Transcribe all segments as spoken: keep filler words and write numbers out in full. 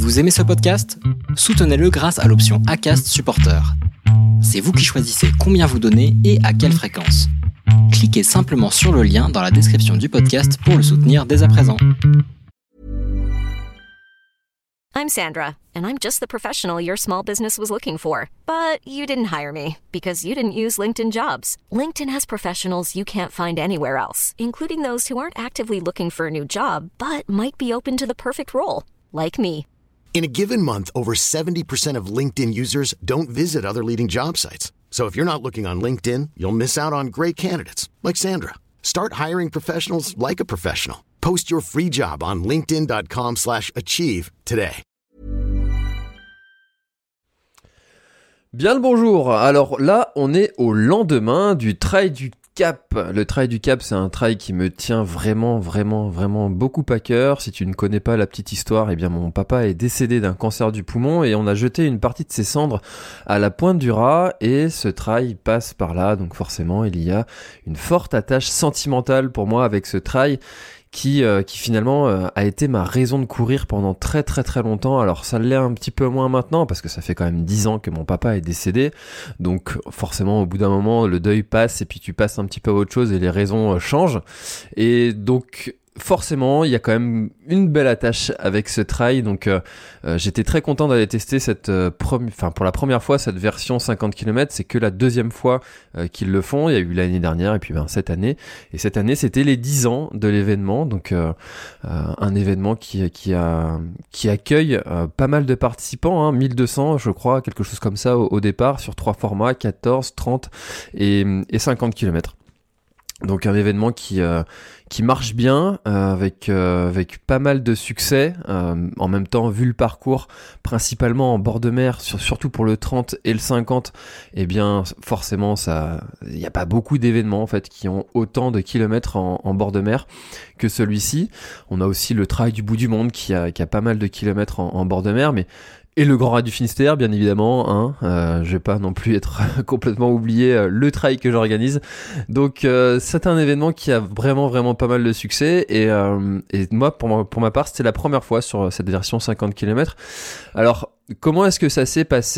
Vous aimez ce podcast ? Soutenez-le grâce à l'option Acast Supporter. C'est vous qui choisissez combien vous donnez et à quelle fréquence. Cliquez simplement sur le lien dans la description du podcast pour le soutenir dès à présent. I'm Sandra, and I'm just the professional your small business was looking for. But you didn't hire me because you didn't use LinkedIn Jobs. LinkedIn has professionals you can't find anywhere else, including those who aren't actively looking for a new job, but might be open to the perfect role, like me. In a given month, over seventy percent of LinkedIn users don't visit other leading job sites. So if you're not looking on LinkedIn, you'll miss out on great candidates like Sandra. Start hiring professionals like a professional. Post your free job on linkedin.com slash achieve today. Bien le bonjour. Alors là, on est au lendemain du Trail du Cap. Le Trail du Cap, c'est un trail qui me tient vraiment, vraiment, vraiment beaucoup à cœur. Si tu ne connais pas la petite histoire, eh bien mon papa est décédé d'un cancer du poumon et on a jeté une partie de ses cendres à la Pointe du Raz et ce trail passe par là. Donc forcément, il y a une forte attache sentimentale pour moi avec ce trail. Qui, euh, qui finalement euh, a été ma raison de courir pendant très très très longtemps. Alors ça l'est un petit peu moins maintenant parce que ça fait quand même dix ans que mon papa est décédé, donc forcément au bout d'un moment le deuil passe et puis tu passes un petit peu à autre chose et les raisons euh, changent, et donc forcément il y a quand même une belle attache avec ce trail. Donc euh, euh, j'étais très content d'aller tester cette euh, prom- enfin pour la première fois cette version cinquante kilomètres. C'est que la deuxième fois euh, qu'ils le font. Il y a eu l'année dernière et puis ben cette année, et cette année c'était les dix ans de l'événement. Donc euh, euh, un événement qui qui a qui accueille euh, pas mal de participants, hein, mille deux cents je crois, quelque chose comme ça au, au départ, sur trois formats, quatorze, trente et, et cinquante kilomètres. Donc un événement qui euh, qui marche bien, euh, avec euh, avec pas mal de succès. Euh, en même temps, vu le parcours, principalement en bord de mer, sur, surtout pour le trente et le cinquante, eh bien forcément ça, il y a pas beaucoup d'événements en fait qui ont autant de kilomètres en, en bord de mer que celui-ci. On a aussi le Trail du bout du monde qui a qui a pas mal de kilomètres en, en bord de mer, mais et le Grand Raid du Finistère, bien évidemment, hein. Euh, je vais pas non plus être complètement oublié euh, le trail que j'organise. Donc euh, c'est un événement qui a vraiment vraiment pas mal de succès, et, euh, et moi pour ma, pour ma part c'était la première fois sur cette version cinquante kilomètres. Alors comment est-ce que ça s'est passé ?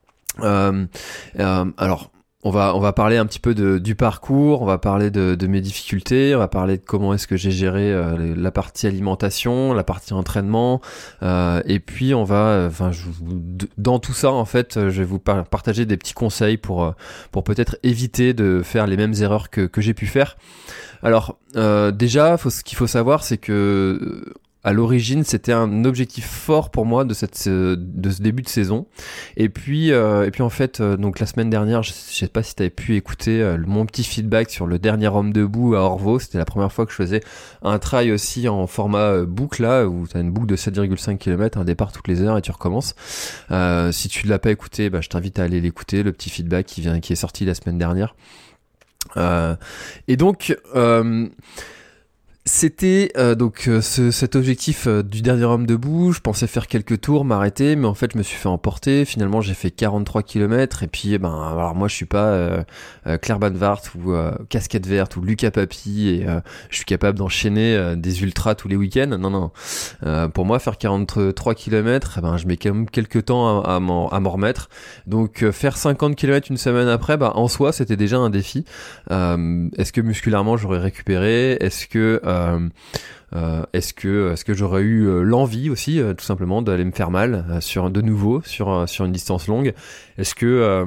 euh, euh, Alors On va, on va parler un petit peu de, du parcours, on va parler de, de mes difficultés, on va parler de comment est-ce que j'ai géré euh, la partie alimentation, la partie entraînement, euh, et puis on va, enfin, je, dans tout ça en fait, je vais vous par- partager des petits conseils pour, pour peut-être éviter de faire les mêmes erreurs que, que j'ai pu faire. Alors euh, déjà, faut, ce qu'il faut savoir, c'est que à l'origine, c'était un objectif fort pour moi de cette de ce début de saison. Et puis euh, et puis en fait, euh, donc la semaine dernière, je, je sais pas si tu avais pu écouter euh, mon petit feedback sur le dernier homme debout à Orvaux. C'était la première fois que je faisais un trail aussi en format euh, boucle là, où tu as une boucle de sept virgule cinq kilomètres, un départ toutes les heures et tu recommences. Euh, si tu l'as pas écouté, bah je t'invite à aller l'écouter, le petit feedback qui vient qui est sorti la semaine dernière. Euh, et donc euh, C'était euh, donc euh, ce, cet objectif euh, du dernier homme debout. Je pensais faire quelques tours, m'arrêter, mais en fait je me suis fait emporter. Finalement j'ai fait quarante-trois kilomètres, et puis eh ben alors moi je suis pas euh, euh, Claire Banvart ou euh, Casquette Verte ou Lucas Papi, et euh, je suis capable d'enchaîner euh, des ultras tous les week-ends. Non non. Euh, pour moi faire quarante-trois kilomètres, eh ben je mets quand même quelques temps à, à, m'en, à m'en remettre. Donc euh, faire cinquante kilomètres une semaine après, bah en soi c'était déjà un défi. Euh, est-ce que musculairement j'aurais récupéré ? Est-ce que euh, Euh, euh, est-ce que est-ce que j'aurais eu euh, l'envie aussi euh, tout simplement d'aller me faire mal euh, sur de nouveau sur euh, sur une distance longue ? Est-ce que euh,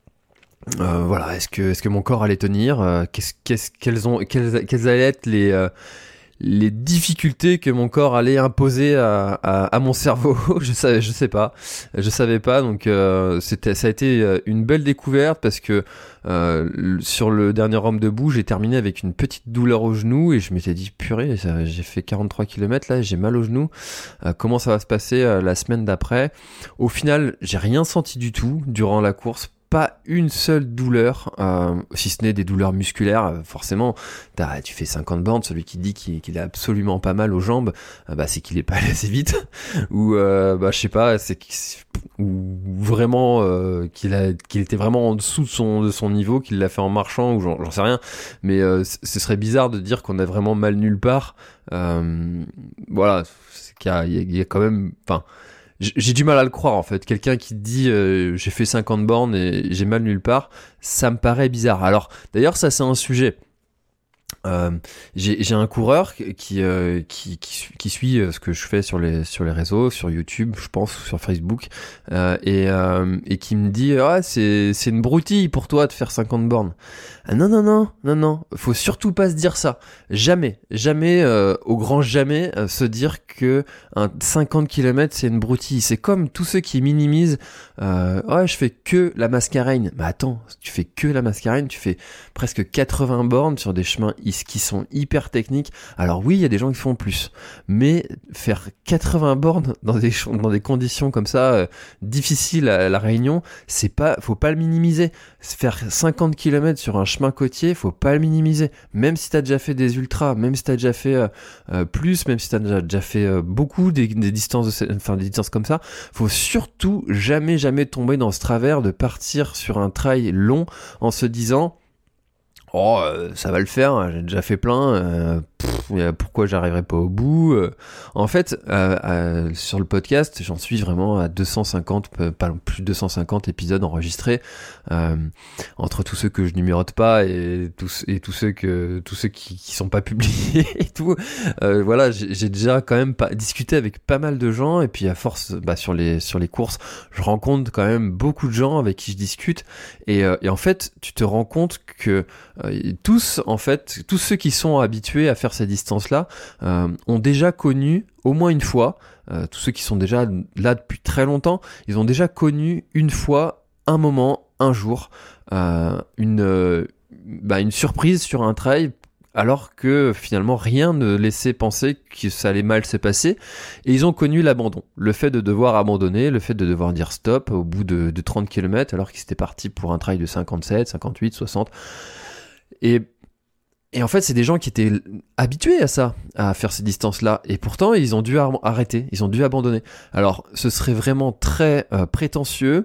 euh, voilà, est-ce que est-ce que mon corps allait tenir ? euh, qu'est-ce qu'est-ce quelles ont quelles quelles allaient être les euh, les difficultés que mon corps allait imposer à, à, à mon cerveau? je savais, je sais pas, je savais pas. Donc euh, c'était, ça a été une belle découverte parce que euh, sur le dernier homme debout, j'ai terminé avec une petite douleur au genou et je m'étais dit purée, ça, j'ai fait quarante-trois kilomètres là, j'ai mal au genou. Euh, comment ça va se passer euh, la semaine d'après? Au final, j'ai rien senti du tout durant la course. Pas une seule douleur, euh, si ce n'est des douleurs musculaires. Euh, forcément, t'as, tu fais cinquante bornes, celui qui dit qu'il, qu'il a absolument pas mal aux jambes, euh, bah c'est qu'il est pas allé assez vite, ou euh, bah je sais pas, c'est ou vraiment euh, qu'il a, qu'il était vraiment en dessous de son de son niveau, qu'il l'a fait en marchant, ou j'en, j'en sais rien. Mais euh, ce serait bizarre de dire qu'on a vraiment mal nulle part. Euh, voilà. qu'il y a, il y a quand même, enfin, j'ai du mal à le croire en fait. Quelqu'un qui dit euh, j'ai fait cinquante bornes et j'ai mal nulle part, ça me paraît bizarre. Alors d'ailleurs ça c'est un sujet. Euh, j'ai, j'ai un coureur qui, euh, qui, qui, qui suit ce que je fais sur les, sur les réseaux, sur YouTube, je pense, ou sur Facebook, euh, et, euh, et qui me dit ah, c'est, c'est une broutille pour toi de faire cinquante bornes. Ah, non, non, non, non, non, faut surtout pas se dire ça. Jamais, jamais, euh, au grand jamais, euh, se dire que un cinquante kilomètres c'est une broutille. C'est comme tous ceux qui minimisent euh, ouais, je fais que la Mascareignes. Mais attends, tu fais que la Mascareignes, tu fais presque quatre-vingts bornes sur des chemins qui sont hyper techniques. Alors oui, il y a des gens qui font plus, mais faire quatre-vingts bornes dans des dans des conditions comme ça euh, difficiles à la Réunion, c'est pas, faut pas le minimiser. Faire cinquante kilomètres sur un chemin côtier, faut pas le minimiser. Même si t'as déjà fait des ultras, même si t'as déjà fait euh, euh, plus, même si t'as déjà, déjà fait euh, beaucoup des, des distances, de, enfin des distances comme ça, faut surtout jamais jamais tomber dans ce travers de partir sur un trail long en se disant oh, euh, ça va le faire, j'ai déjà fait plein, euh, pff, pourquoi j'arriverai pas au bout euh. En fait, euh, euh, sur le podcast, j'en suis vraiment à deux cent cinquante, pas plus de deux cent cinquante épisodes enregistrés, euh, entre tous ceux que je numérote pas et tous, et tous ceux, que, tous ceux qui, qui sont pas publiés et tout. Euh, voilà, j'ai, j'ai déjà quand même pas, discuté avec pas mal de gens, et puis à force, bah, sur les, sur les courses, je rencontre quand même beaucoup de gens avec qui je discute, et, euh, et en fait, tu te rends compte que Euh, tous, en fait, tous ceux qui sont habitués à faire ces distances-là euh, ont déjà connu au moins une fois, euh, tous ceux qui sont déjà là depuis très longtemps, ils ont déjà connu une fois, un moment, un jour, euh, une, euh, bah, une surprise sur un trail, alors que finalement rien ne laissait penser que ça allait mal se passer, et ils ont connu l'abandon, le fait de devoir abandonner, le fait de devoir dire stop au bout de, de trente kilomètres alors qu'ils étaient partis pour un trail de cinquante-sept, cinquante-huit, soixante. Et, et en fait, c'est des gens qui étaient habitués à ça, à faire ces distances-là. Et pourtant, ils ont dû ar- arrêter, ils ont dû abandonner. Alors, ce serait vraiment très euh, prétentieux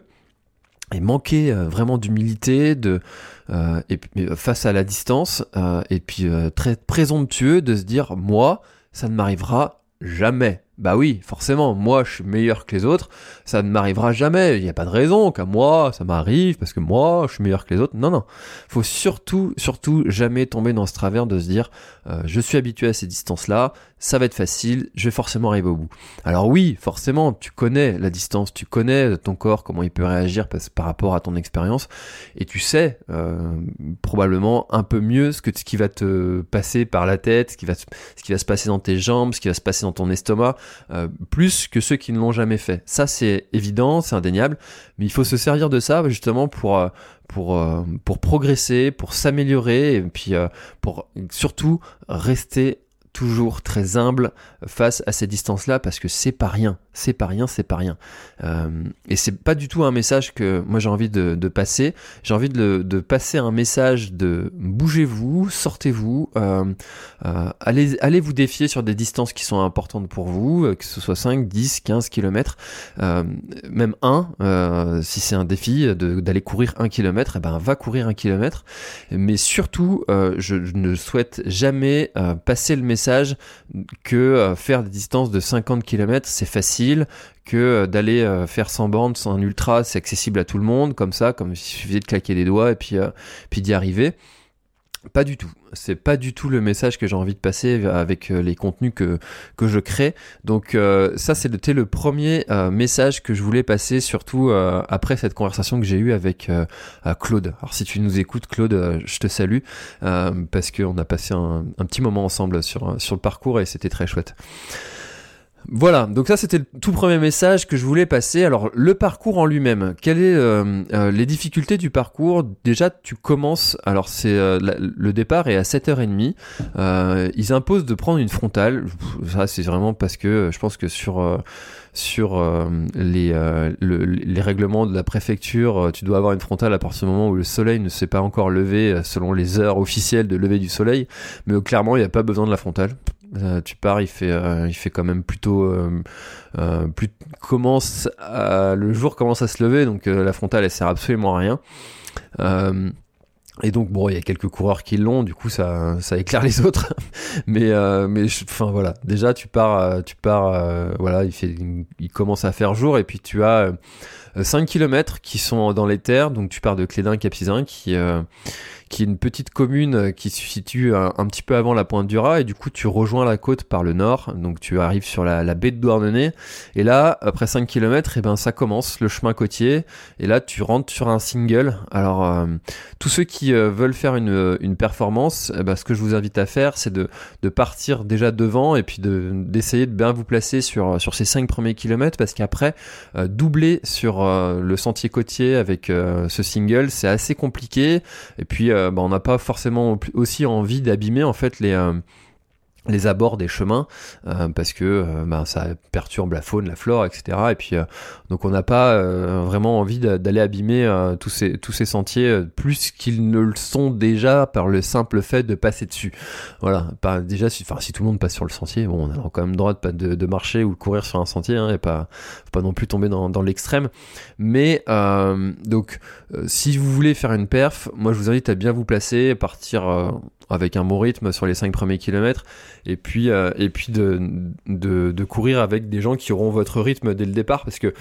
et manquer euh, vraiment d'humilité de, euh, et, face à la distance, euh, et puis euh, très présomptueux de se dire « Moi, ça ne m'arrivera jamais ». Bah oui, forcément, moi je suis meilleur que les autres, ça ne m'arrivera jamais, il n'y a pas de raison qu'à moi ça m'arrive parce que moi je suis meilleur que les autres. Non, non, faut surtout, surtout jamais tomber dans ce travers de se dire euh, je suis habitué à ces distances-là, ça va être facile, je vais forcément arriver au bout. Alors oui, forcément, tu connais la distance, tu connais ton corps, comment il peut réagir par, par rapport à ton expérience, et tu sais euh, probablement un peu mieux ce, que, ce qui va te passer par la tête, ce qui va, ce qui va se passer dans tes jambes, ce qui va se passer dans ton estomac, Euh, plus que ceux qui ne l'ont jamais fait. Ça, c'est évident, c'est indéniable, mais il faut se servir de ça justement pour euh, pour euh, pour progresser, pour s'améliorer, et puis euh, pour surtout rester toujours très humble face à ces distances-là, parce que c'est pas rien, c'est pas rien, c'est pas rien. Euh, et c'est pas du tout un message que moi j'ai envie de, de passer. J'ai envie de, le, de passer un message de bougez-vous, sortez-vous, euh, euh, allez, allez vous défier sur des distances qui sont importantes pour vous, que ce soit cinq, dix, quinze kilomètres, euh, même un, euh, si c'est un défi de, d'aller courir un kilomètre, eh ben va courir un kilomètre. Mais surtout, euh, je, je ne souhaite jamais euh, passer le message que euh, faire des distances de cinquante kilomètres c'est facile, que euh, d'aller euh, faire cent bornes sans un ultra c'est accessible à tout le monde, comme ça, comme il suffisait de claquer les doigts et puis, euh, puis d'y arriver. Pas du tout, c'est pas du tout le message que j'ai envie de passer avec les contenus que, que je crée. Donc euh, ça c'était le premier euh, message que je voulais passer, surtout euh, après cette conversation que j'ai eue avec euh, Claude. Alors si tu nous écoutes Claude, euh, je te salue, euh, parce qu'on a passé un, un petit moment ensemble sur, sur le parcours et c'était très chouette. Voilà, donc ça c'était le tout premier message que je voulais passer. Alors le parcours en lui-même, quelles sont euh, euh, les difficultés du parcours? Déjà tu commences, alors c'est euh, la, le départ est à sept heures trente, euh, ils imposent de prendre une frontale. Ça c'est vraiment parce que je pense que sur euh, sur euh, les, euh, le, les règlements de la préfecture, tu dois avoir une frontale à partir du moment où le soleil ne s'est pas encore levé selon les heures officielles de lever du soleil, mais euh, clairement il n'y a pas besoin de la frontale. Euh, tu pars, il fait, euh, il fait quand même plutôt, euh, euh, plus, commence à, le jour commence à se lever, donc euh, la frontale elle sert absolument à rien. Euh, Et donc bon, il y a quelques coureurs qui l'ont, du coup ça ça éclaire les autres. mais euh, mais enfin voilà, déjà tu pars tu pars euh, voilà, il fait il commence à faire jour et puis tu as euh, cinq kilomètres qui sont dans les terres, donc tu pars de Clédin-Capcizin qui euh, qui est une petite commune qui se situe un, un petit peu avant la Pointe du Raz, et du coup tu rejoins la côte par le nord, donc tu arrives sur la, la baie de Douarnenez, et là après cinq kilomètres, et ben ça commence le chemin côtier, et là tu rentres sur un single. Alors euh, tous ceux qui euh, veulent faire une, une performance, eh ben, ce que je vous invite à faire, c'est de, de partir déjà devant, et puis de, d'essayer de bien vous placer sur, sur ces cinq premiers kilomètres, parce qu'après euh, doubler sur euh, le sentier côtier avec euh, ce single, c'est assez compliqué, et puis euh, bah, on n'a pas forcément aussi envie d'abîmer en fait les euh, les abords des chemins euh, parce que euh, bah, ça perturbe la faune, la flore, et cetera. Et puis euh, donc on n'a pas euh, vraiment envie d'aller abîmer euh, tous ces tous ces sentiers euh, plus qu'ils ne le sont déjà par le simple fait de passer dessus. Voilà. Pas, déjà, si, enfin si tout le monde passe sur le sentier, bon, on a quand même le droit de, de, de marcher ou de courir sur un sentier, hein, et pas faut pas non plus tomber dans, dans l'extrême. Mais euh, donc euh, si vous voulez faire une perf, moi je vous invite à bien vous placer, partir euh, avec un bon rythme sur les cinq premiers kilomètres, et puis euh, et puis de, de de courir avec des gens qui auront votre rythme dès le départ, parce que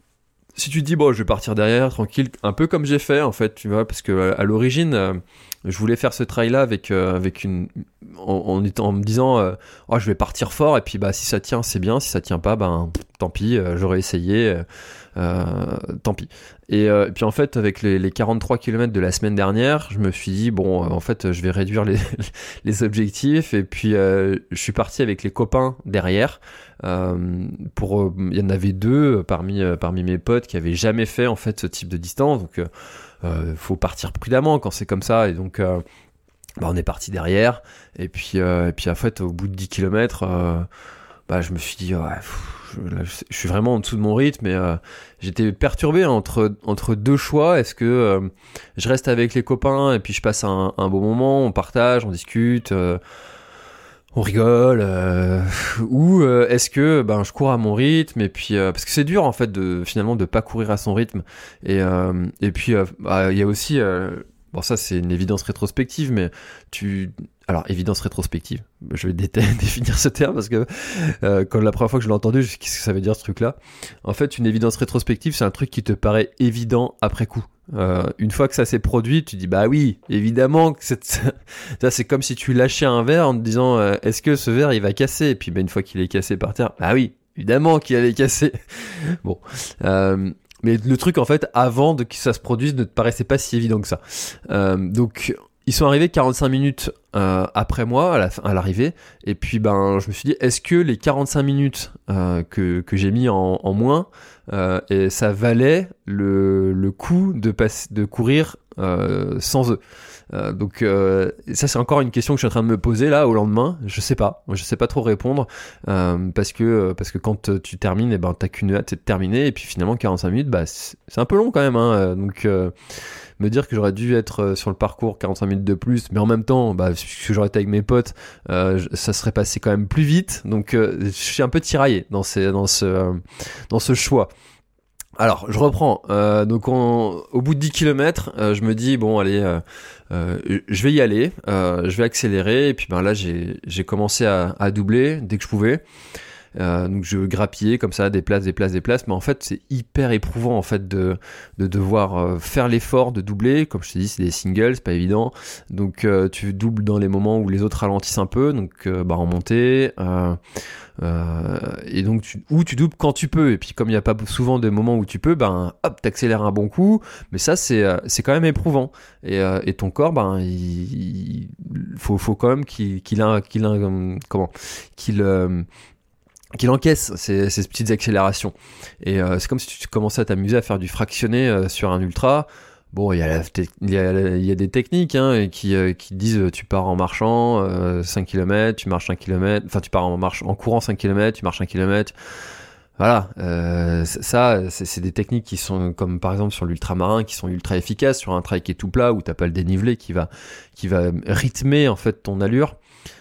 si tu te dis bon, je vais partir derrière tranquille, un peu comme j'ai fait en fait, tu vois, parce que à l'origine euh, je voulais faire ce trail là avec euh, avec une en, en, en me disant euh, oh, je vais partir fort, et puis bah si ça tient c'est bien, si ça tient pas ben tant pis, euh, j'aurais essayé, euh, euh, tant pis. Et, euh, et puis en fait avec les, les quarante-trois kilomètres de la semaine dernière, je me suis dit bon euh, en fait je vais réduire les les objectifs, et puis euh, je suis parti avec les copains derrière. Euh, pour il y en avait deux parmi euh, parmi mes potes qui avaient jamais fait en fait ce type de distance, donc euh, euh, faut partir prudemment quand c'est comme ça, et donc euh, bah, on est parti derrière, et puis euh, et puis en fait au bout de dix kilomètres euh, bah je me suis dit ouais, pff, je, là, je, je suis vraiment en dessous de mon rythme, et euh, j'étais perturbé entre entre deux choix. Est-ce que euh, je reste avec les copains et puis je passe un, un bon moment, on partage, on discute, euh, on rigole, euh, ou euh, est-ce que ben je cours à mon rythme, et puis euh, parce que c'est dur en fait de finalement de pas courir à son rythme, et euh, et puis il euh, bah, y a aussi euh, bon ça c'est une évidence rétrospective, mais tu alors évidence rétrospective, je vais dé- définir ce terme parce que euh, quand la première fois que je l'ai entendu, je sais qu'est-ce que ça veut dire ce truc-là. En fait, une évidence rétrospective, c'est un truc qui te paraît évident après coup. Euh, une fois que ça s'est produit, tu dis bah oui, évidemment que c'est ça, c'est comme si tu lâchais un verre en te disant euh, est-ce que ce verre il va casser, et puis bah, une fois qu'il est cassé par terre, bah oui, évidemment qu'il allait casser. Bon, euh, mais le truc en fait avant de que ça se produise ne te paraissait pas si évident que ça. Euh, donc ils sont arrivés quarante-cinq minutes euh, après moi à, la, à l'arrivée, et puis ben je me suis dit est-ce que les quarante-cinq minutes euh, que que j'ai mis en, en moins euh, et ça valait le le coup de passer de courir euh, sans eux. Euh, donc euh, ça c'est encore une question que je suis en train de me poser là au lendemain. Je sais pas, je sais pas trop répondre euh, parce que parce que quand tu termines, et ben t'as qu'une hâte, c'est de terminer, et puis finalement quarante-cinq minutes, bah c'est, c'est un peu long quand même, hein, donc euh, me dire que j'aurais dû être sur le parcours quarante-cinq minutes de plus, mais en même temps, bah, puisque j'aurais été avec mes potes, euh, ça serait passé quand même plus vite. Donc, euh, je suis un peu tiraillé dans, ces, dans, ce, euh, dans ce choix. Alors, je reprends. Euh, donc, on, au bout de dix kilomètres, euh, je me dis, bon, allez, euh, euh, je vais y aller, euh, je vais accélérer. Et puis, ben là, j'ai, j'ai commencé à, à doubler dès que je pouvais. Euh, donc je grappillais comme ça des places, des places, des places, mais en fait c'est hyper éprouvant en fait de de devoir euh, faire l'effort de doubler. Comme je te dis, c'est des singles, c'est pas évident. Donc euh, tu doubles dans les moments où les autres ralentissent un peu, donc euh, bah en montée. Euh, euh, et donc tu, ou tu doubles quand tu peux. Et puis comme il y a pas souvent de moments où tu peux, ben hop, t'accélères un bon coup. Mais ça c'est c'est quand même éprouvant. Et, euh, et ton corps, ben il, il faut faut quand même qu'il qu'il a qu'il a comment qu'il euh, qu'il encaisse ces, ces petites accélérations. Et euh, c'est comme si tu commençais à t'amuser à faire du fractionné euh, sur un ultra. Bon, il y a, la, il y a, il y a des techniques hein, qui, euh, qui disent tu pars en marchant euh, cinq kilomètres, tu marches un kilomètre, enfin tu pars en marche en courant cinq kilomètres, tu marches un kilomètre. Voilà, euh, ça, c'est, c'est des techniques qui sont comme par exemple sur l'ultramarin, qui sont ultra efficaces sur un trail qui est tout plat où t'as pas le dénivelé qui va, qui va rythmer en fait ton allure.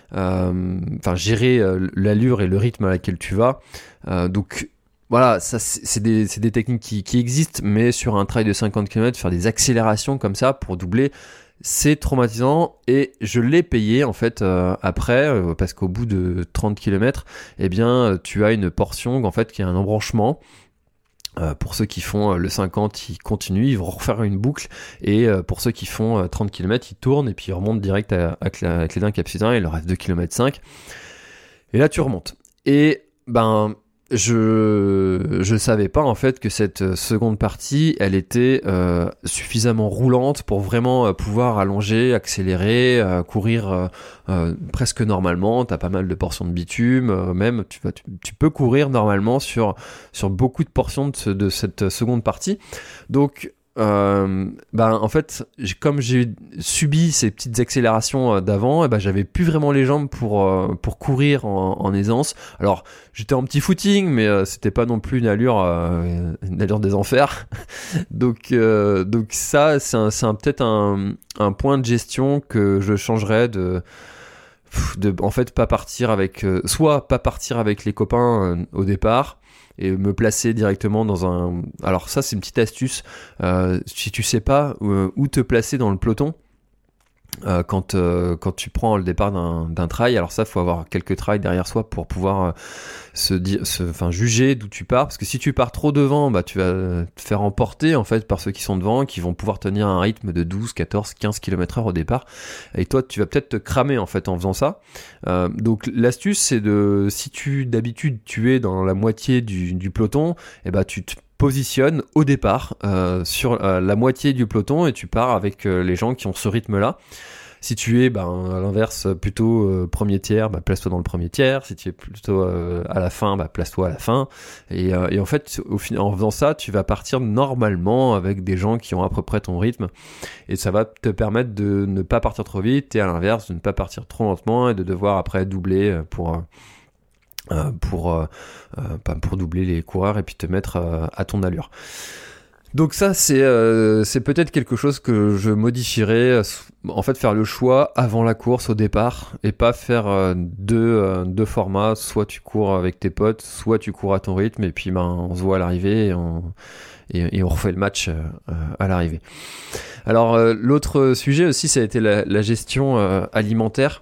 Euh, enfin gérer euh, l'allure et le rythme à laquelle tu vas. Euh, donc voilà, ça c'est, c'est des c'est des techniques qui qui existent, mais sur un trail de cinquante kilomètres, faire des accélérations comme ça pour doubler, c'est traumatisant et je l'ai payé en fait euh, après euh, parce qu'au bout de trente kilomètres, eh bien tu as une portion en fait qui est un embranchement. Euh, pour ceux qui font euh, le cinquante, ils continuent, ils vont refaire une boucle, et euh, pour ceux qui font euh, trente kilomètres, ils tournent et puis ils remontent direct à, à, Cl- à Cléden Capcizin, il leur reste deux virgule cinq kilomètres. Et là tu remontes. Et ben je je savais pas en fait que cette seconde partie elle était euh, suffisamment roulante pour vraiment euh, pouvoir allonger, accélérer, euh, courir euh, euh, presque normalement. T'as pas mal de portions de bitume, euh, même tu vas tu, tu peux courir normalement sur sur beaucoup de portions de, ce, de cette seconde partie. Donc Euh, ben en fait j'ai, comme j'ai subi ces petites accélérations d'avant, et ben j'avais plus vraiment les jambes pour euh, pour courir en, en aisance. Alors j'étais en petit footing, mais euh, c'était pas non plus une allure euh, une allure des enfers. donc euh, donc ça c'est un, c'est un, peut-être un un point de gestion que je changerais de de en fait pas partir avec euh, soit pas partir avec les copains euh, au départ et me placer directement dans un... Alors ça, c'est une petite astuce. Euh, si tu sais pas où, où te placer dans le peloton, euh, quand, euh, quand tu prends le départ d'un, d'un trail, alors ça, il faut avoir quelques trails derrière soi pour pouvoir euh, se dire, se, enfin, juger d'où tu pars. Parce que si tu pars trop devant, bah, tu vas te faire emporter en fait, par ceux qui sont devant, qui vont pouvoir tenir un rythme de douze, quatorze, quinze kilomètres heure au départ. Et toi, tu vas peut-être te cramer en fait en faisant ça. Euh, donc l'astuce, c'est de... Si tu, d'habitude, tu es dans la moitié du, du peloton, et bah, tu te positionnes au départ euh, sur euh, la moitié du peloton et tu pars avec euh, les gens qui ont ce rythme-là. Si tu es ben, à l'inverse plutôt euh, premier tiers, bah, place-toi dans le premier tiers. Si tu es plutôt euh, à la fin, bah, place-toi à la fin. Et, euh, et en fait, au fin- en faisant ça, tu vas partir normalement avec des gens qui ont à peu près ton rythme. Et ça va te permettre de ne pas partir trop vite et à l'inverse, de ne pas partir trop lentement et de devoir après doubler pour... Euh, Euh, pour euh, euh, pour doubler les coureurs et puis te mettre euh, à ton allure. Donc ça c'est euh, c'est peut-être quelque chose que je modifierais, en fait faire le choix avant la course au départ et pas faire euh, deux euh, deux formats, soit tu cours avec tes potes, soit tu cours à ton rythme et puis ben on se voit à l'arrivée et on et, et on refait le match euh, à l'arrivée. Alors euh, l'autre sujet aussi ça a été la, la gestion euh, alimentaire.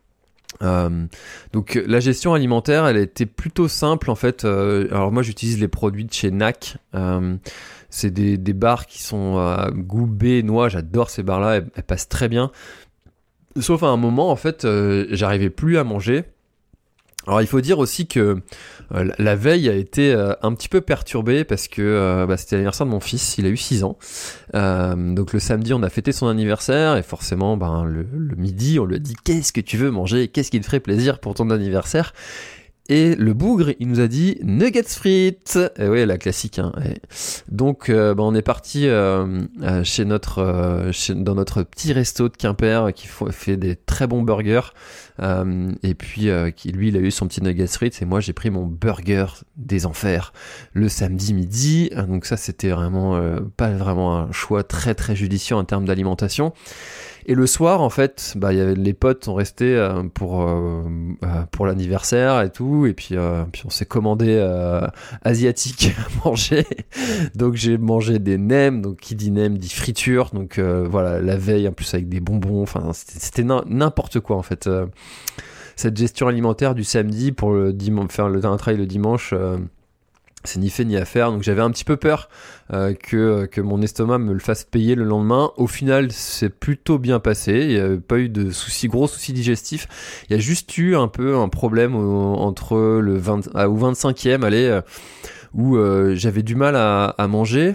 Euh, donc la gestion alimentaire elle était plutôt simple en fait. Euh, alors moi j'utilise les produits de chez N A C, euh, c'est des, des barres qui sont à goût baie noix, j'adore ces barres là, elles, elles passent très bien, sauf à un moment en fait euh, j'arrivais plus à manger. Alors il faut dire aussi que euh, la veille a été euh, un petit peu perturbée parce que euh, bah, c'était l'anniversaire de mon fils, il a eu six ans. Euh, donc le samedi on a fêté son anniversaire et forcément ben, le, le midi on lui a dit qu'est-ce que tu veux manger, qu'est-ce qui te ferait plaisir pour ton anniversaire. Et le bougre, il nous a dit nuggets frites. Et oui, la classique. Hein. Et donc, euh, bah, on est parti euh, chez notre, euh, chez, dans notre petit resto de Quimper qui f- fait des très bons burgers. Euh, et puis, euh, qui, lui, il a eu son petit nuggets frites. Et moi, j'ai pris mon burger des enfers le samedi midi. Donc ça, c'était vraiment euh, pas vraiment un choix très très judicieux en termes d'alimentation. Et le soir, en fait, bah, y avait, les potes sont restés euh, pour euh, euh, pour l'anniversaire et tout, et puis euh, puis on s'est commandé euh, asiatique à manger. Donc j'ai mangé des nems, donc qui dit nem dit friture, donc euh, voilà la veille en plus avec des bonbons. Enfin c'était, c'était n'importe quoi en fait. Euh, cette gestion alimentaire du samedi pour le dimanche, faire le un trail le dimanche. Euh, c'est ni fait ni à faire, donc j'avais un petit peu peur euh, que, que mon estomac me le fasse payer le lendemain. Au final, c'est plutôt bien passé, il n'y a pas eu de soucis, gros soucis digestifs. Il y a juste eu un peu un problème au, entre le vingt, ah, au vingt-cinquième, allez, euh, où euh, j'avais du mal à, à manger.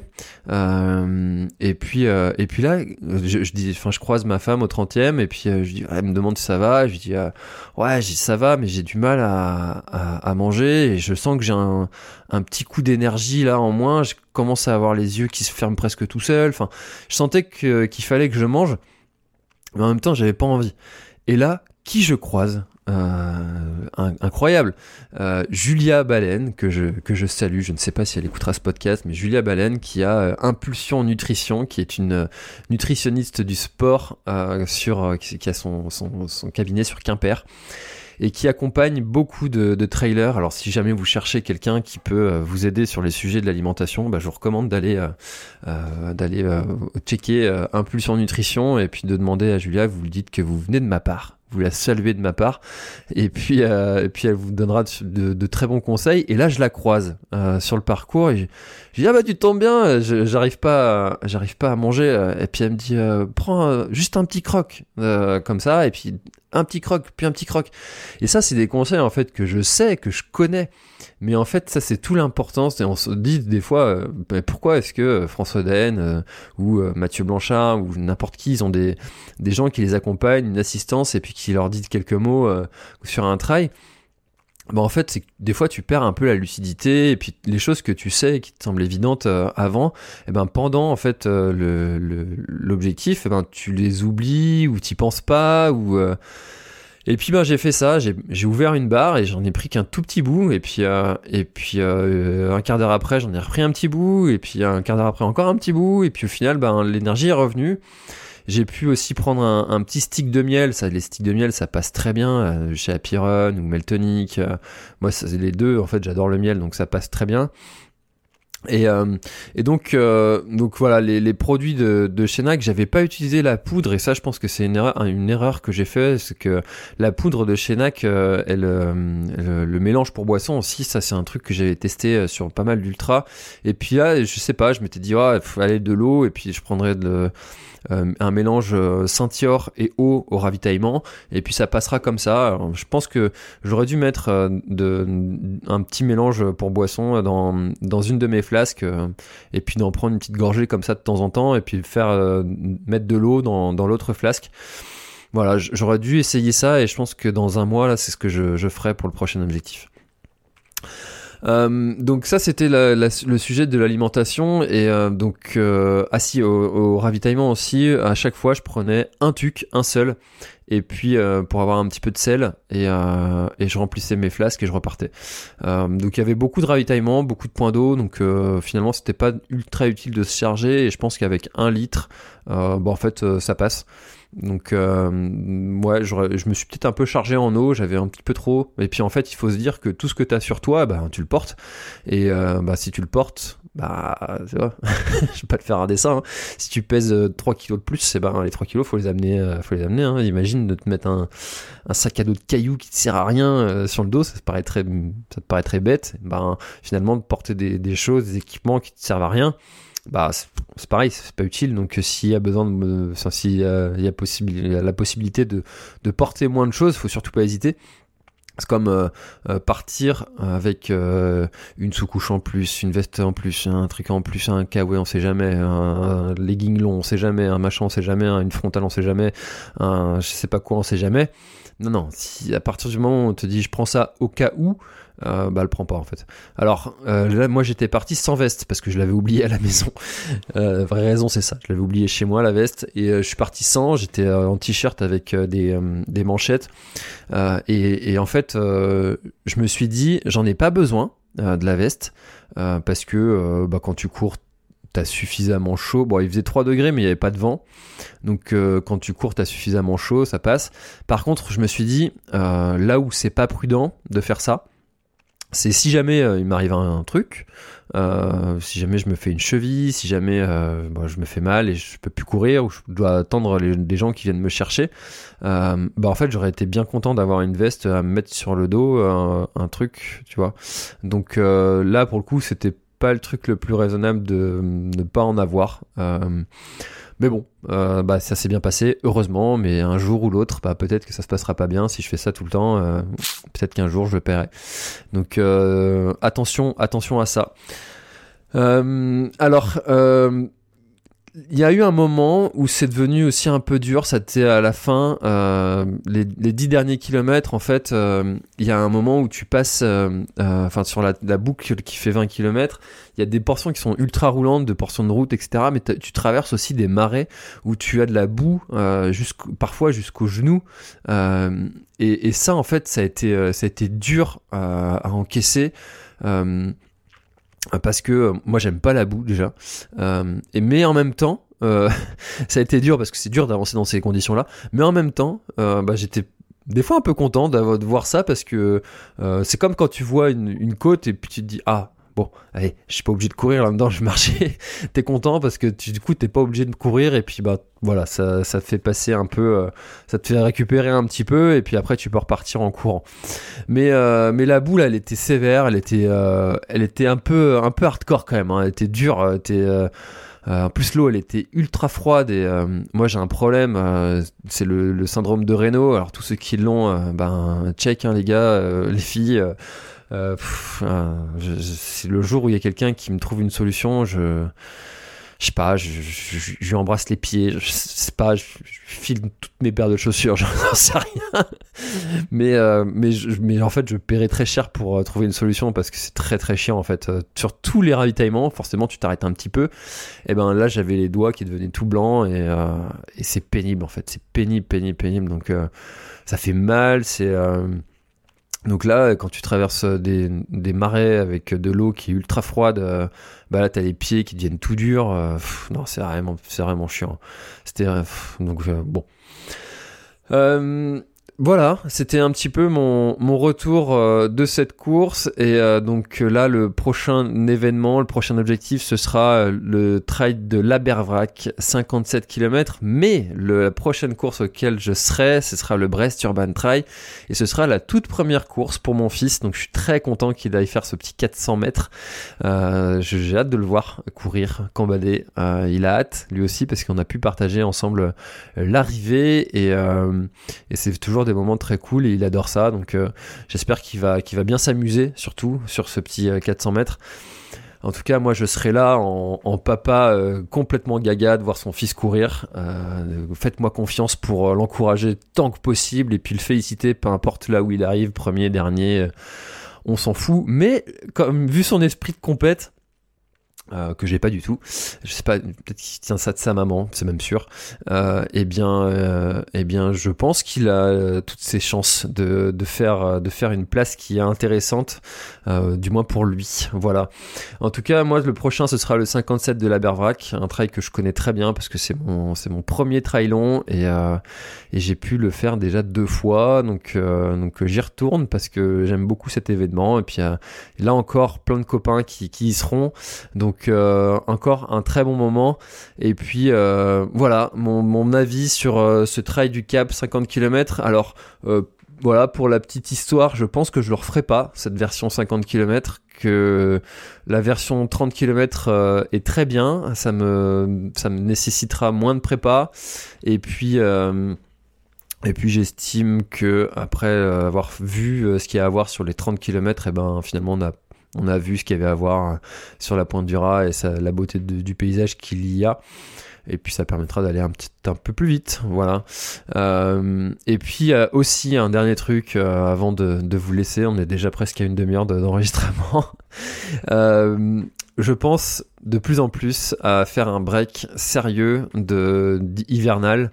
Euh, et puis euh, et puis là, je, je dis, enfin, je croise ma femme au trentième, et puis euh, je dis, elle me demande si ça va. Je lui dis, euh, ouais, je dis, ça va, mais j'ai du mal à, à, à manger, et je sens que j'ai un, un petit coup d'énergie là en moins. Je commence à avoir les yeux qui se ferment presque tout seul. Enfin, je sentais que qu'il fallait que je mange, mais en même temps, j'avais pas envie. Et là, qui je croise? Euh, incroyable, euh, Julia Baleine, que je que je salue. Je ne sais pas si elle écoutera ce podcast, mais Julia Baleine qui a euh, Impulsion Nutrition, qui est une euh, nutritionniste du sport euh, sur euh, qui, qui a son, son son cabinet sur Quimper. et qui accompagne beaucoup de, de trailers. Alors si jamais vous cherchez quelqu'un qui peut euh, vous aider sur les sujets de l'alimentation, bah, je vous recommande d'aller euh, euh, d'aller euh, checker euh, Impulsion Nutrition et puis de demander à Julia, vous lui dites que vous venez de ma part. Vous la saluez de ma part et puis euh, et puis elle vous donnera de, de, de très bons conseils. Et là je la croise euh, sur le parcours et je, je dis ah bah tu tombes bien, je, j'arrive pas à, j'arrive pas à manger. Et puis elle me dit euh, prends euh, juste un petit croc euh, comme ça et puis un petit croc puis un petit croc. Et ça c'est des conseils en fait que je sais, que je connais. Mais en fait, ça, c'est tout l'importance. Et on se dit des fois, euh, bah, pourquoi est-ce que François Daen euh, ou euh, Mathieu Blanchard ou n'importe qui, ils ont des, des gens qui les accompagnent, une assistance, et puis qui leur disent quelques mots euh, sur un trail. Bah, en fait, c'est que des fois, tu perds un peu la lucidité, et puis les choses que tu sais, qui te semblent évidentes euh, avant, et ben pendant en fait euh, le, le, l'objectif, et ben tu les oublies ou t'y penses pas ou euh, Et puis ben j'ai fait ça, j'ai, j'ai ouvert une barre et j'en ai pris qu'un tout petit bout et puis euh, et puis euh, un quart d'heure après j'en ai repris un petit bout et puis un quart d'heure après encore un petit bout et puis au final ben l'énergie est revenue. J'ai pu aussi prendre un, un petit stick de miel, ça les sticks de miel ça passe très bien euh, chez Happy Run ou Meltonic. Euh, moi c'est les deux en fait, j'adore le miel donc ça passe très bien. Et, euh, et donc, euh, donc voilà, les, les produits de, de Shenak, j'avais pas utilisé la poudre et ça, je pense que c'est une erreur, une erreur que j'ai fait, c'est que la poudre de Shenak, euh, elle, euh, le, le mélange pour boisson aussi, ça c'est un truc que j'avais testé sur pas mal d'ultra. Et puis là, je sais pas, je m'étais dit, ah, il faut aller de l'eau et puis je prendrais de Euh, un mélange euh, Ceintior et eau au ravitaillement et puis ça passera comme ça. Alors, je pense que j'aurais dû mettre euh, de, un petit mélange pour boisson dans, dans une de mes flasques euh, et puis d'en prendre une petite gorgée comme ça de temps en temps et puis faire euh, mettre de l'eau dans, dans l'autre flasque. Voilà, j'aurais dû essayer ça et je pense que dans un mois là c'est ce que je, je ferai pour le prochain objectif. Euh, donc ça c'était la, la, le sujet de l'alimentation et euh, donc euh, ah si au, au ravitaillement aussi à chaque fois je prenais un tuc, un seul et puis euh, pour avoir un petit peu de sel et, euh, et je remplissais mes flasques et je repartais. Euh, donc il y avait beaucoup de ravitaillement, beaucoup de points d'eau donc euh, finalement c'était pas ultra utile de se charger et je pense qu'avec un litre euh, bon en fait euh, ça passe. Donc euh, ouais, je, je me suis peut-être un peu chargé en eau, j'avais un petit peu trop. Et puis en fait, il faut se dire que tout ce que t'as sur toi, bah tu le portes. Et euh, bah si tu le portes, bah tu vois, je vais pas te faire un dessin. Hein. Si tu pèses trois kilos de plus, c'est ben les trois kilos, faut les amener, euh, faut les amener. Hein. Imagine de te mettre un, un sac à dos de cailloux qui te sert à rien euh, sur le dos, ça te paraît très, ça te paraît très bête. Ben finalement de porter des, des choses, des équipements qui te servent à rien. Bah c'est, c'est pareil, c'est pas utile. Donc s'il y a besoin de, enfin, s'il y a, il y a, possible, il y a la possibilité de, de porter moins de choses, faut surtout pas hésiter. C'est comme euh, euh, partir avec euh, une sous-couche en plus, une veste en plus, un truc en plus, un kawaii on sait jamais, un, un legging long on sait jamais, un machin on sait jamais, une frontale on sait jamais, un je sais pas quoi on sait jamais. Non non, si à partir du moment où on te dit je prends ça au cas où, euh, bah le prends pas en fait. Alors euh, là moi j'étais parti sans veste parce que je l'avais oublié à la maison. Euh, vraie raison c'est ça, je l'avais oublié chez moi la veste et euh, je suis parti sans. J'étais euh, en t-shirt avec euh, des euh, des manchettes euh, et, et en fait euh, je me suis dit j'en ai pas besoin euh, de la veste euh, parce que euh, bah quand tu cours t'as suffisamment chaud. Bon, il faisait trois degrés, mais il n'y avait pas de vent. Donc, euh, quand tu cours, t'as suffisamment chaud, ça passe. Par contre, je me suis dit, euh, là où c'est pas prudent de faire ça, c'est si jamais euh, il m'arrive un, un truc, euh, si jamais je me fais une cheville, si jamais euh, bon, je me fais mal et je peux plus courir ou je dois attendre les, des gens qui viennent me chercher, euh, bah en fait j'aurais été bien content d'avoir une veste à me mettre sur le dos, un, un truc, tu vois. Donc euh, là pour le coup c'était pas le truc le plus raisonnable de ne pas en avoir. Euh, mais bon, euh, bah ça s'est bien passé, heureusement, mais un jour ou l'autre, bah peut-être que ça se passera pas bien si je fais ça tout le temps. Euh, peut-être qu'un jour je le paierai. Donc euh, attention, attention à ça. Euh, alors. Euh, Il y a eu un moment où c'est devenu aussi un peu dur, c'était à la fin, euh, les, les dix derniers kilomètres, en fait, euh, il y a un moment où tu passes, euh, euh, enfin sur la, la boucle qui fait vingt kilomètres, il y a des portions qui sont ultra roulantes, de portions de route, et cetera. Mais tu traverses aussi des marais où tu as de la boue, euh, jusqu'au, parfois jusqu'aux genoux, euh, et, et ça, en fait, ça a été, ça a été dur euh, à encaisser. Euh, Parce que euh, moi j'aime pas la boue déjà, euh, et mais en même temps, euh, ça a été dur parce que c'est dur d'avancer dans ces conditions-là. Mais en même temps, euh, bah j'étais des fois un peu content d'avoir, de voir ça parce que euh, c'est comme quand tu vois une, une côte et puis tu te dis ah bon allez je suis pas obligé de courir là-dedans, je vais marcher. T'es content parce que tu, du coup t'es pas obligé de courir et puis bah voilà ça ça te fait passer un peu, euh, ça te fait récupérer un petit peu et puis après tu peux repartir en courant. Mais euh, mais la boule elle était sévère, elle était euh, elle était un peu un peu hardcore quand même, hein. Elle était dure, elle était euh, Euh, en plus l'eau elle était ultra froide et euh, moi j'ai un problème, euh, c'est le, le syndrome de Raynaud. Alors tous ceux qui l'ont, euh, ben check hein, les gars, euh, les filles. Euh, euh, pff, euh, je, je, c'est le jour où il y a quelqu'un qui me trouve une solution, je je sais pas, je, je, je, je lui embrasse les pieds, je sais pas, je, je file toutes mes paires de chaussures, j'en sais rien. mais euh, mais je, mais en fait je paierais très cher pour euh, trouver une solution parce que c'est très très chiant en fait. Euh, sur tous les ravitaillements, forcément tu t'arrêtes un petit peu. Et ben là j'avais les doigts qui devenaient tout blancs et euh, et c'est pénible en fait, c'est pénible pénible pénible. Donc euh, ça fait mal, c'est euh, donc là, quand tu traverses des, des marais avec de l'eau qui est ultra froide, euh, bah là t'as les pieds qui deviennent tout durs. Euh, pff, non, c'est vraiment, c'est vraiment chiant. C'était pff, donc euh, bon. Euh, Voilà, c'était un petit peu mon, mon retour euh, de cette course et euh, donc là le prochain événement, le prochain objectif ce sera euh, le trail de l'Abervrac, cinquante-sept kilomètres, mais le, la prochaine course auquel je serai, ce sera le Brest Urban Trail et ce sera la toute première course pour mon fils, donc je suis très content qu'il aille faire ce petit quatre cents mètres. Euh, j'ai hâte de le voir courir, cambader, euh, il a hâte lui aussi parce qu'on a pu partager ensemble l'arrivée et, euh, et c'est toujours des moments très cool et il adore ça, donc euh, j'espère qu'il va, qu'il va bien s'amuser surtout sur ce petit euh, quatre cents mètres. En tout cas moi je serai là en, en papa euh, complètement gaga de voir son fils courir. Euh, faites-moi confiance pour euh, l'encourager tant que possible et puis le féliciter peu importe là où il arrive, premier, dernier, euh, on s'en fout, mais comme vu son esprit de compète Euh, que j'ai pas du tout, je sais pas, peut-être qu'il tient ça de sa maman, c'est même sûr. Euh, eh bien, euh, eh bien, je pense qu'il a euh, toutes ses chances de de faire de faire une place qui est intéressante, euh, du moins pour lui. Voilà. En tout cas, moi, le prochain, ce sera le cinquante-sept de l'Abervrac, un trail que je connais très bien parce que c'est mon c'est mon premier trail long et euh, et j'ai pu le faire déjà deux fois, donc euh, donc j'y retourne parce que j'aime beaucoup cet événement et puis euh, là encore plein de copains qui qui y seront, donc Donc euh, encore un très bon moment et puis euh, voilà mon, mon avis sur euh, ce trail du Cap cinquante kilomètres. Alors euh, voilà, pour la petite histoire, je pense que je le referai pas cette version cinquante kilomètres, que la version trente kilomètres euh, est très bien, ça me, ça me nécessitera moins de prépa et puis euh, Et puis j'estime que après euh, avoir vu euh, ce qu'il y a à voir sur les trente kilomètres, et ben finalement on a On a vu ce qu'il y avait à voir sur la pointe du Raz et ça, la beauté de, du paysage qu'il y a. Et puis ça permettra d'aller un petit un peu plus vite, voilà. Euh, et puis euh, aussi un dernier truc euh, avant de, de vous laisser, on est déjà presque à une demi-heure de, d'enregistrement. euh, je pense de plus en plus à faire un break sérieux de, de hivernal.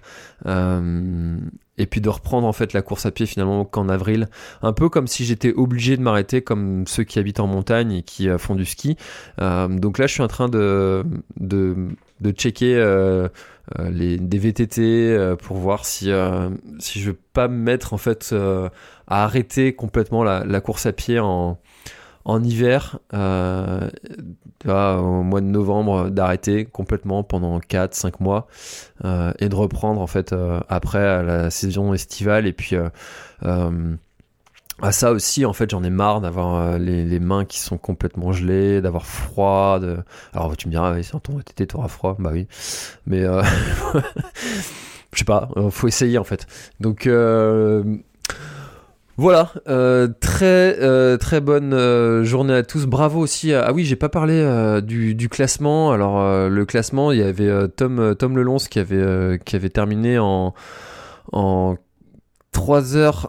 Euh, et puis de reprendre en fait la course à pied finalement qu'en avril, un peu comme si j'étais obligé de m'arrêter comme ceux qui habitent en montagne et qui euh, font du ski. Euh, donc là je suis en train de de, de checker euh, euh, les des V T T euh, pour voir si euh, si je veux pas me mettre en fait euh, à arrêter complètement la, la course à pied en en hiver, euh, tu vois, au mois de novembre, d'arrêter complètement pendant quatre cinq mois euh, et de reprendre en fait euh, après à la saison estivale. Et puis euh, euh, à ça aussi en fait j'en ai marre d'avoir euh, les, les mains qui sont complètement gelées, d'avoir froid. De... Alors tu me diras, oui, sans ton V T T t'auras froid, bah oui, mais euh... je sais pas, euh, faut essayer en fait. Donc euh... Voilà, euh, très euh, très bonne euh, journée à tous. Bravo aussi. À... Ah oui, j'ai pas parlé euh, du, du classement. Alors euh, le classement, il y avait euh, Tom Tom Lelons qui avait euh, qui avait terminé en en trois heures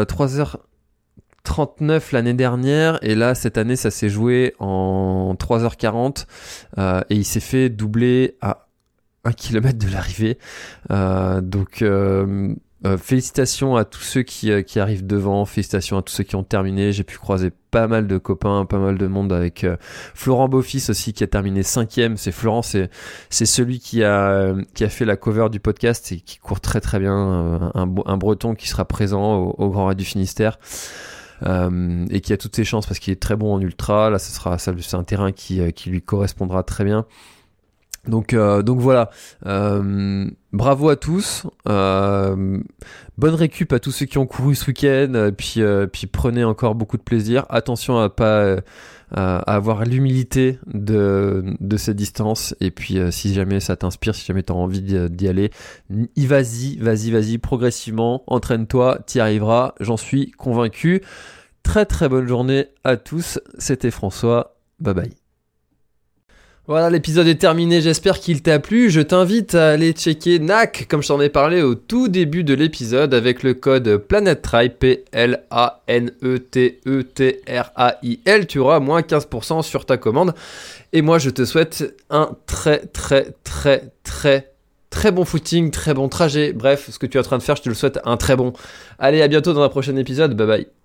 trente-neuf l'année dernière et là cette année ça s'est joué en trois heures quarante euh, et il s'est fait doubler à un kilomètre de l'arrivée. Euh, donc euh, Euh, félicitations à tous ceux qui, euh, qui arrivent devant, félicitations à tous ceux qui ont terminé. J'ai pu croiser pas mal de copains, pas mal de monde avec euh, Florent Beaufils aussi qui a terminé cinquième. C'est Florent, c'est, c'est celui qui a, euh, qui a fait la cover du podcast et qui court très très bien, euh, un, un breton qui sera présent au, au Grand Raid du Finistère. Euh, et qui a toutes ses chances parce qu'il est très bon en ultra. Là, ce sera, ça, c'est un terrain qui, euh, qui lui correspondra très bien. Donc, euh, donc voilà, euh, bravo à tous, euh, bonne récup à tous ceux qui ont couru ce week-end, euh, puis, euh, puis prenez encore beaucoup de plaisir. Attention à pas euh, à avoir l'humilité de, de cette distance, et puis euh, si jamais ça t'inspire, si jamais t'as envie d'y, d'y aller, y vas-y, vas-y, vas-y, progressivement, entraîne-toi, t'y arriveras, j'en suis convaincu. Très très bonne journée à tous, c'était François, bye bye. Voilà, l'épisode est terminé, j'espère qu'il t'a plu. Je t'invite à aller checker N A C, comme je t'en ai parlé au tout début de l'épisode, avec le code PlanetTrail, P L A N E T E T R A I L. Tu auras moins quinze pour cent sur ta commande. Et moi, je te souhaite un très, très, très, très, très bon footing, très bon trajet. Bref, ce que tu es en train de faire, je te le souhaite un très bon. Allez, à bientôt dans un prochain épisode. Bye bye.